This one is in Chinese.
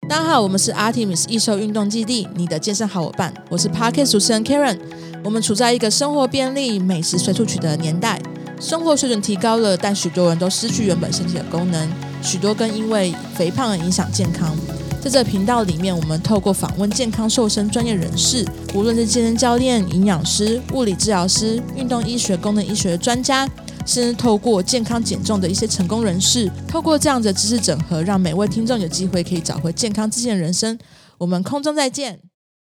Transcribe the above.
大家好，我们是 Artemis 易瘦运动基地，你的健身好伙伴。我是 Podcast 主持人 Karen。我们处在一个生活便利、美食随处取得的年代，生活水准提高了，但许多人都失去原本身体的功能，许多更因为肥胖而影响健康。在这个频道里面，我们透过访问健康瘦身专业人士，无论是健身教练、营养师、物理治疗师、运动医学、功能医学的专家，甚至透过健康减重的一些成功人士，透过这样的知识整合，让每位听众有机会可以找回健康自信的人生。我们空中再见。